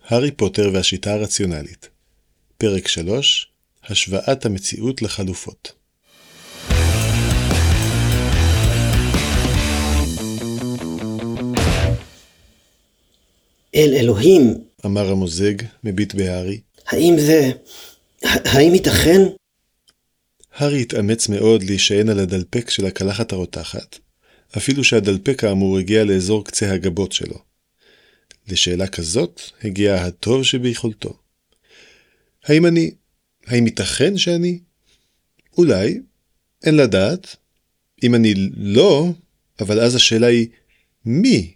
הארי פוטר והשיטה הרציונלית. פרק 3. השוואת המציאות לחלופות. אל אלוהים, אמר המוזג, מביט בהארי. האם ייתכן? הארי התאמץ מאוד להישען על הדלפק של הקלחת הרותחת, אפילו שהדלפק האמור הגיע לאזור קצה הגבות שלו. לשאלה כזאת הגיע הטוב שביכולתו. האם ייתכן שאני? אולי, אין לדעת. אם אני לא, אבל אז השאלה היא, מי?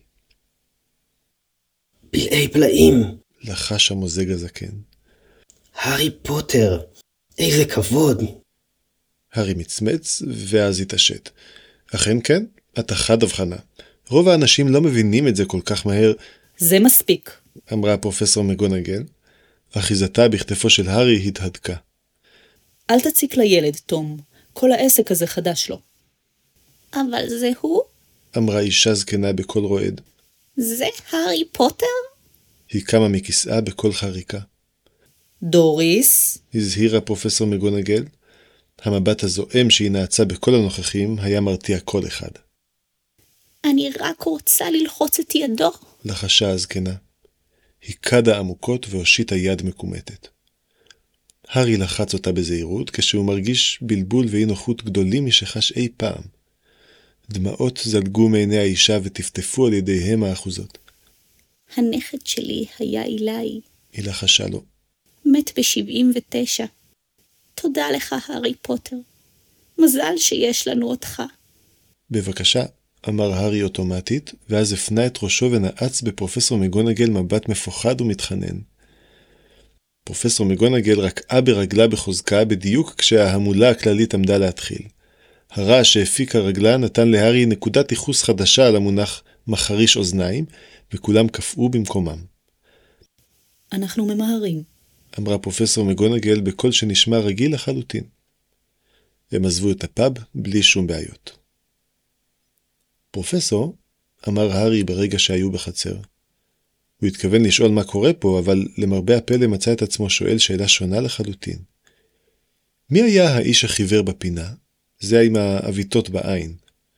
פלאי פלאים. לחש המוזג הזקן. הארי פוטר, איזה כבוד. הארי מצמץ ואז התעשת. אכן כן, אתה חד הבחנה. רוב האנשים לא מבינים את זה כל כך מהר. זה מספיק, אמרה פרופסור מגונגל. אחיזתה בכתפו של הארי התהדקה. אל תציק לילד, תום. כל העסק הזה חדש לו. אבל זה הוא? אמרה אישה זקנה בקול רועד. זה הארי פוטר? היא קמה מכיסאה בקול חריקה. דוריס, הזהירה פרופסור מגונגל. המבט הזועם שהיא נעצה בכל הנוכחים היה מרתיע כל אחד. אני רק רוצה ללחוץ את ידו. לחשה הזקנה. היא קדה עמוקות והושיטה יד מקומטת. הארי לחץ אותה בזהירות כשהוא מרגיש בלבול ואי נוחות גדולים משחש אי פעם. דמעות זלגו מעיני האישה וטפטפו על ידיהם האחוזות. הנכד שלי היה אילי. היא לחשה לו. מת ב-79. תודה לך, הארי פוטר. מזל שיש לנו אותך. בבקשה, אמר הארי אוטומטית, ואז הפנה את ראשו ונעץ בפרופסור מגונגל מבט מפוחד ומתחנן. פרופסור מגונגל רקעה ברגלה בחוזקה בדיוק כשההמולה הכללית עמדה להתחיל. הרעש שהפיקה רגלה נתן להארי נקודת ייחוס חדשה על המונח מחריש אוזניים, וכולם קפאו במקומם. אנחנו ממהרים, אמרה פרופסור מגונגל בקול שנשמע רגיל לחלוטין. הם עזבו את הפאב בלי שום בעיות. פרופסור, אמר הארי ברגע שהיו בחצר. הוא התכוון לשאול מה קורה פה, אבל למרבה הפלא מצא את עצמו שואל שאלה שונה לחלוטין. מי היה האיש החיוור בפינה? זה עם האביתות בעין.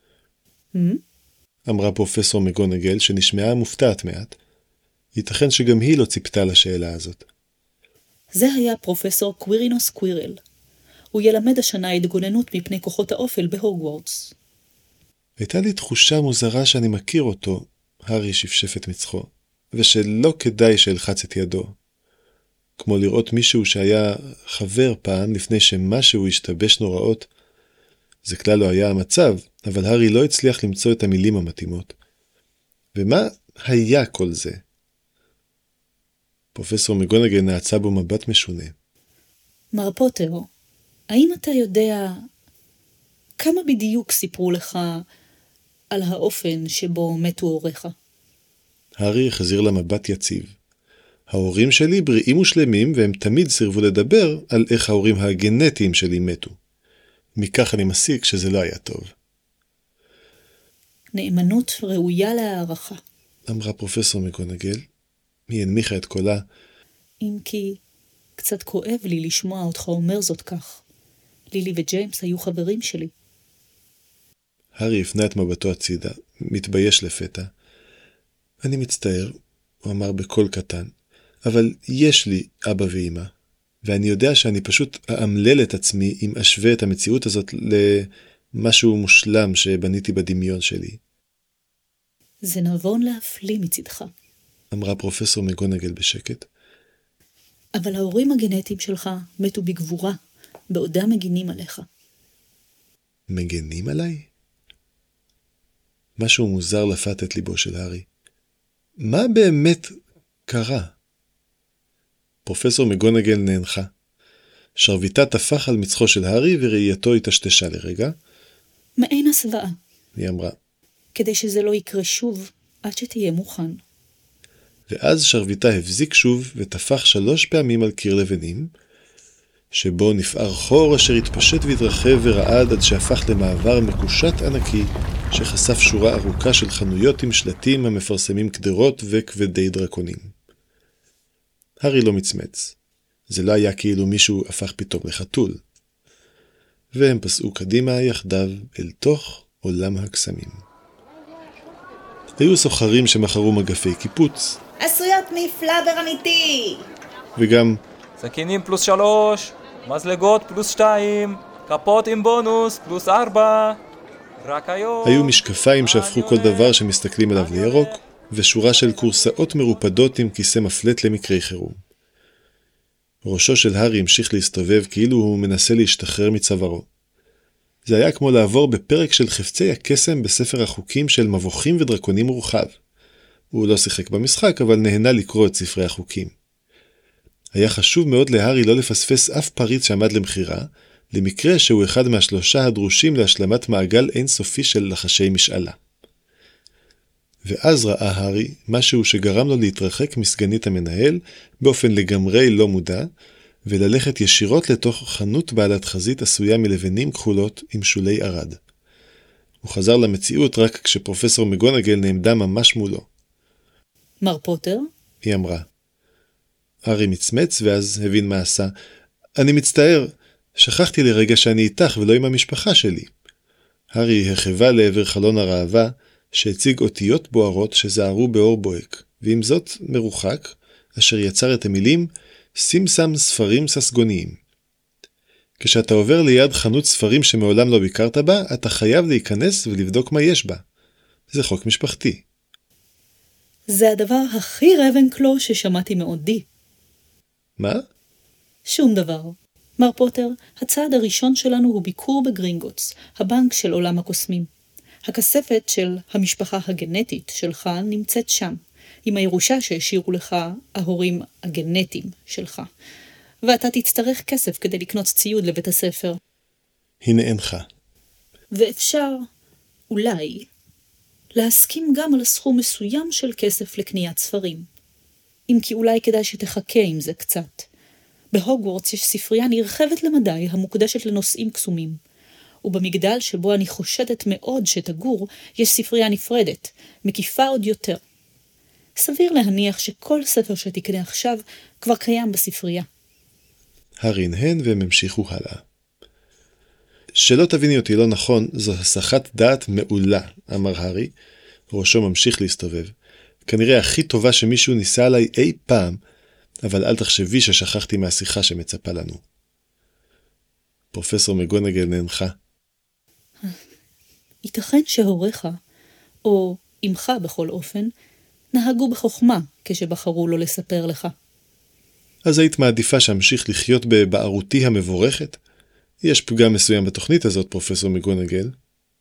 אמרה פרופסור מגונגל שנשמעה מופתעת מעט. ייתכן שגם היא לא ציפתה לשאלה הזאת. זה היה פרופסור קווירינוס קווירל. הוא ילמד השנה התגוננות מפני כוחות האופל בהוגוורטס. הייתה לי תחושה מוזרה שאני מכיר אותו, הארי שפשף את מצחו, ושלא כדאי שאלחץ את ידו. כמו לראות מישהו שהיה חבר פעם לפני שמשהו השתבש נוראות. זה כלל לא היה המצב, אבל הארי לא הצליח למצוא את המילים המתאימות. ומה היה כל זה? פרופסור מגונגל נעצה בו מבט משונה. מר פוטר, האם אתה יודע כמה בדיוק סיפרו לך על האופן שבו מתו הוריך? הארי החזיר לה מבט יציב. ההורים שלי בריאים ושלמים והם תמיד סירבו לדבר על איך ההורים הגנטיים שלי מתו. מכך אני מסיק שזה לא היה טוב. נאמנות ראויה להערכה. אמרה פרופסור מגונגל. היא הנמיכה את קולה. אם כי קצת כואב לי לשמוע אותך אומר זאת כך. לילי וג'יימס היו חברים שלי. הארי הפנה את מבטו הצידה, מתבייש לפתע. אני מצטער, הוא אמר בקול קטן, אבל יש לי אבא ואמא, ואני יודע שאני פשוט אאמלל את עצמי אם אשווה את המציאות הזאת למשהו מושלם שבניתי בדמיון שלי. זה נבון להפליא מצדך. אמרה פרופסור מגונגל בשקט. אבל ההורים הגנטיים שלך מתו בגבורה, בעודם מגינים עליך. מגנים עליי? משהו מוזר לפת את ליבו של הארי. מה באמת קרה? פרופסור מגונגל נאנחה. שרביטה טפח על מצחו של הארי וראייתו התשתשה לרגע. מעין הסוואה. היא אמרה. כדי שזה לא יקרה שוב, עד שתהיה מוכן. ואז שרביטה הבזיק שוב וטפח 3 פעמים על קיר לבנים, שבו נפער חור אשר התפשט והתרחב ורעד עד שהפך למעבר מקושט ענקי שחשף שורה ארוכה של חנויות עם שלטים המפרסמים קדרות וכבדי דרקונים. הארי לא מצמץ. זה לא היה כאילו מישהו הפך פתאום לחתול. והם פסעו קדימה יחדיו אל תוך עולם הקסמים. היו סוחרים שמכרו מגפי קיפוץ. עשויות מפלאבר אמיתי. וגם סכינים +3, מזלגות +2, כפות עם בונוס +4. רק היום. היו משקפיים שהפכו כל דבר שמסתכלים עליו לירוק, ושורה של קורסאות מרופדות עם כיסא מפלט למקרי חירום. ראשו של הארי המשיך להסתובב כאילו הוא מנסה להשתחרר מצווארו. זה היה כמו לעבור בפרק של חפצי הקסם בספר החוקים של מבוכים ודרקונים מורחב. הוא לא שיחק במשחק, אבל נהנה לקרוא את ספרי החוקים. היה חשוב מאוד להארי לא לפספס אף פריט שעמד למחירה, למקרה שהוא אחד מה3 הדרושים להשלמת מעגל אינסופי של לחשי משאלה. ואז ראה הארי משהו שגרם לו להתרחק מסגנית המנהל באופן לגמרי לא מודע, וללכת ישירות לתוך חנות בעלת חזית עשויה מלבנים כחולות עם שולי ערד. הוא חזר למציאות רק כשפרופסור מגונגל נעמדה ממש מולו. מר פוטר? היא אמרה. הארי מצמץ ואז הבין מה עשה. אני מצטער, שכחתי לרגע שאני איתך ולא עם המשפחה שלי. הארי החווה לעבר חלון הראווה שהציג אותיות בוערות שזערו באור בוהק, ועם זאת מרוחק, אשר יצר את המילים סימסם ספרים ססגוניים. כשאתה עובר ליד חנות ספרים שמעולם לא ביקרת בה, אתה חייב להיכנס ולבדוק מה יש בה. זה חוק משפחתי. זה הדבר הכי רבנקלו ששמעתי מעודי. מה? שום דבר. מר פוטר, הצעד הראשון שלנו הוא ביקור בגרינגוטס, הבנק של עולם הקוסמים. הכספת של המשפחה הגנטית שלך נמצאת שם, עם הירושה שהשאירו לך ההורים הגנטיים שלך. ואתה תצטרך כסף כדי לקנות ציוד לבית הספר. הנה אינך. ואפשר, אולי, להסכים גם על סכום מסוים של כסף לקניית ספרים. אם כי אולי כדאי שתחכה עם זה קצת. בהוגוורטס יש ספרייה נרחבת למדי המוקדשת לנושאים קסומים. ובמגדל שבו אני חושדת מאוד שתגור, יש ספרייה נפרדת, מקיפה עוד יותר. סביר להניח שכל ספר שתקנה עכשיו כבר קיים בספרייה. הארי הנהן והם המשיכו הלאה. שלא תביני אותי לא נכון, זו הסחת דעת מעולה, אמר הארי. ראשו ממשיך להסתובב. כנראה הכי טובה שמישהו ניסה עליי אי פעם, אבל אל תחשבי ששכחתי מהשיחה שמצפה לנו. פרופסור מגונגל נהנחה. ייתכן שהוריך, או אמך בכל אופן, נהגו בחוכמה כשבחרו לא לספר לך. אז היית מעדיפה שהמשיך לחיות בבערותי המבורכת? יש פגם מסוים בתוכנית הזאת, פרופסור מגונגל.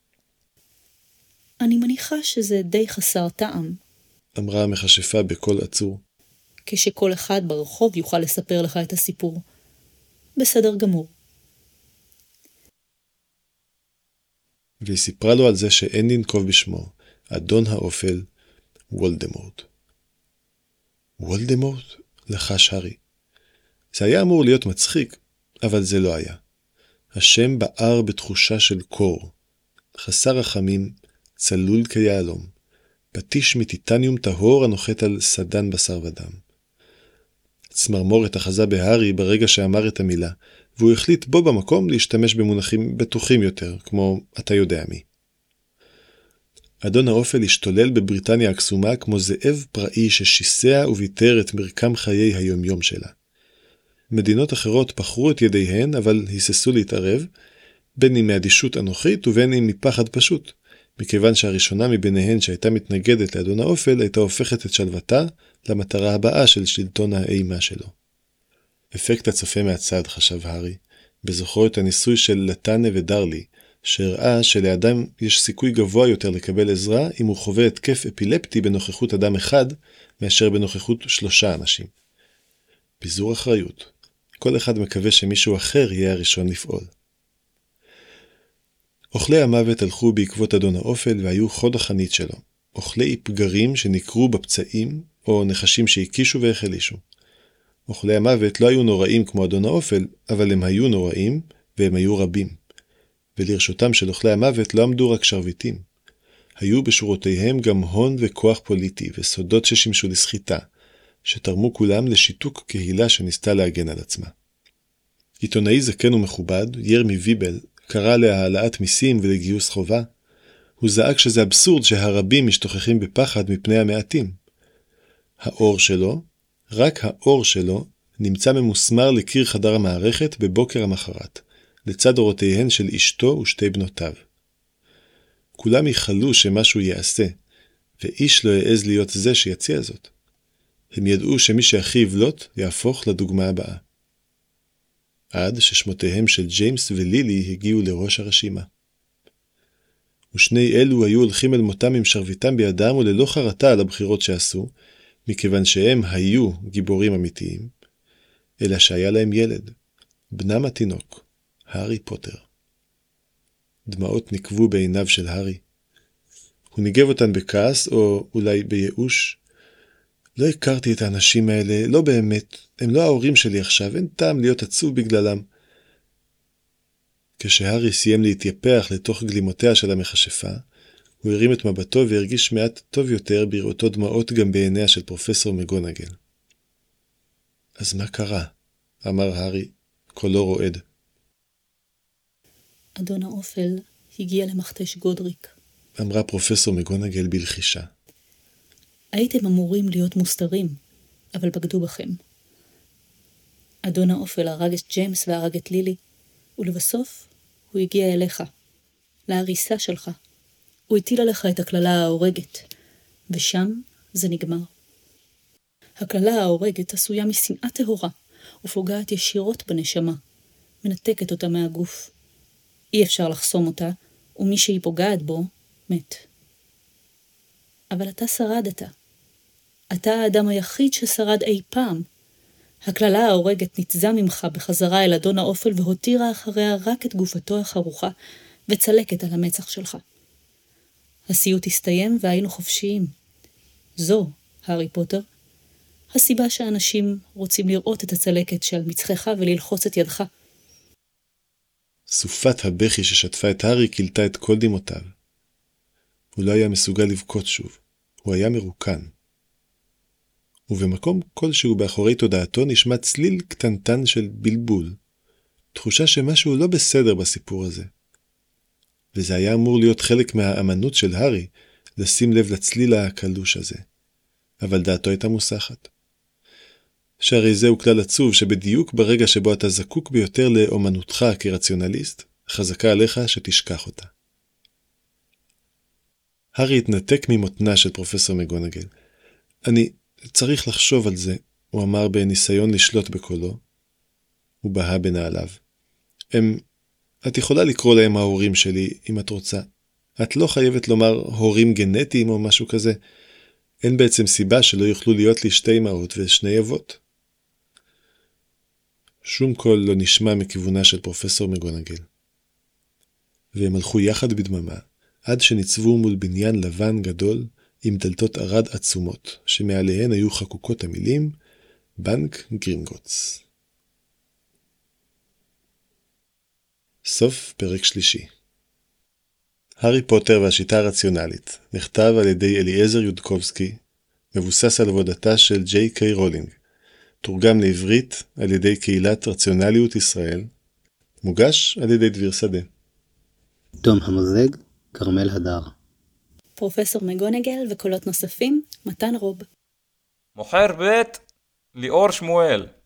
אני מניחה שזה די חסר טעם. אמרה המכשפה בקול עצור. כשכל אחד ברחוב יוכל לספר לך את הסיפור. בסדר גמור. והיא סיפרה לו על זה שאין לנקוב בשמו, אדון האופל, וולדמורט. וולדמורט? לחש הארי. זה היה אמור להיות מצחיק, אבל זה לא היה. השם בער בתחושה של קור, חסר רחמים, צלול כיעלום, פטיש מטיטניום טהור הנוחת על סדן בשר ודם. צמרמורת אחזה בהארי ברגע שאמר את המילה, והוא החליט בו במקום להשתמש במונחים בטוחים יותר, כמו אתה יודע מי. אדון האופל השתולל בבריטניה הקסומה כמו זאב פראי ששיסע וביטר את מרקם חיי היומיום שלה. מדינות אחרות פחרו את ידיהן, אבל היססו להתערב, בין אם מאדישות אנוכית ובין אם מפחד פשוט, מכיוון שהראשונה מביניהן שהייתה מתנגדת לאדון האופל הייתה הופכת את שלוותה למטרה הבאה של שלטון האימה שלו. אפקט הצופה מהצד, חשב הארי, בזוכרו את הניסוי של לטאנה ודרלי, שהראה שלאדם יש סיכוי גבוה יותר לקבל עזרה אם הוא חווה התקף אפילפטי בנוכחות אדם אחד, מאשר בנוכחות 3 אנשים. פיזור אחריות. כל אחד מקווה שמישהו אחר יהיה הראשון לפעול. אוכלי המוות הלכו בעקבות אדון האופל והיו חוד החנית שלו. אוכלי פגרים שנקרו בפצעים, או נחשים שהקישו והחלישו. אוכלי המוות לא היו נוראים כמו אדון האופל, אבל הם היו נוראים, והם היו רבים. ולרשותם של אוכלי המוות לא עמדו רק שרביטים. היו בשורותיהם גם הון וכוח פוליטי, וסודות ששימשו לסחיטה, שתרמו כולם לשיתוק קהילה שניסתה להגן על עצמה. עיתונאי זקן ומכובד, ירמי ויבל, קרא להעלאת מיסים ולגיוס חובה. הוא זעק שזה אבסורד שהרבים משתוכחים בפחד מפני המעטים. האור שלו, רק האור שלו, נמצא ממוסמר לקיר חדר המערכת בבוקר המחרת, לצד אורותיהן של אשתו ושתי בנותיו. כולם ייחלו שמשהו יעשה, ואיש לא העז להיות זה שיציע זאת. הם ידעו שמי שהכי יבלוט יהפוך לדוגמה הבאה. עד ששמותיהם של ג'יימס ולילי הגיעו לראש הרשימה. ושני אלו היו הולכים אל מותם עם שרביטם בידם וללא חרטה על הבחירות שעשו, מכיוון שהם היו גיבורים אמיתיים, אלא שהיה להם ילד, בנם התינוק, הארי פוטר. דמעות נקבו בעיניו של הארי. הוא ניגב אותן בכעס או אולי בייאוש. לא הכרתי את האנשים האלה, לא באמת, הם לא ההורים שלי עכשיו, אין טעם להיות עצוב בגללם. כשהארי סיים להתייפח לתוך גלימותיה של המכשפה, הוא הרים את מבטו והרגיש מעט טוב יותר בראותו דמעות גם בעיניה של פרופסור מגונגל. אז מה קרה? אמר הארי, קולו רועד. אדון האופל הגיע למכתש גודריק. אמרה פרופסור מגונגל בלחישה. הייתם אמורים להיות מוסתרים, אבל בגדו בכם. אדון האופל הרג את ג'יימס והרג את לילי, ולבסוף הוא הגיע אליך, להריסה שלך. הוא הטיל עליך את הכללה ההורגת, ושם זה נגמר. הכללה ההורגת עשויה משנאה טהורה, ופוגעת ישירות בנשמה, מנתקת אותה מהגוף. אי אפשר לחסום אותה, ומי שהיא פוגעת בו, מת. אבל אתה שרדת. אתה האדם היחיד ששרד אי פעם. הכללה ההורגת ניתזה ממך בחזרה אל אדון האופל והותירה אחריה רק את גופתו החרוכה וצלקת על המצח שלך. הסיוט הסתיים והיינו חופשיים. זו, הארי פוטר, הסיבה שאנשים רוצים לראות את הצלקת שעל מצחך וללחוץ את ידך. סופת הבכי ששטפה את הארי קילתה את כל דמעותיו. הוא לא היה מסוגל לבכות שוב. הוא היה מרוקן. ובמקום כלשהו באחורי תודעתו נשמע צליל קטנטן של בלבול. תחושה שמשהו לא בסדר בסיפור הזה. וזה היה אמור להיות חלק מהאמנות של הארי, לשים לב לצליל הקלוש הזה. אבל דעתו הייתה מוסחת. שהרי זהו כלל עצוב שבדיוק ברגע שבו אתה זקוק ביותר לאומנותך כרציונליסט, חזקה עליך שתשכח אותה. הארי התנתק ממותנה של פרופסור מגונגל. אני צריך לחשוב על זה, הוא אמר בניסיון לשלוט בקולו. הוא בהה בנעליו. את יכולה לקרוא להם ההורים שלי אם את רוצה. את לא חייבת לומר הורים גנטיים או משהו כזה. אין בעצם סיבה שלא יוכלו להיות לי שתי אמהות ושני אבות. שום קול לא נשמע מכיוונה של פרופסור מגונגל. והם הלכו יחד בדממה, עד שניצבו מול בניין לבן גדול עם דלתות ארד עצומות, שמעליהן היו חקוקות המילים בנק גרינגוטס. סוף פרק שלישי. הארי פוטר והשיטה הרציונלית נכתב על ידי אליעזר יודקובסקי, מבוסס על עבודתה של ג'יי קיי רולינג, תורגם לעברית על ידי קהילת רציונליות ישראל, מוגש על ידי דביר שדה. תום המוזג, קרמל הדר. פרופסור מגונגל וקולות נוספים, מתן רוב. מוכר בית, ליאור שמואל.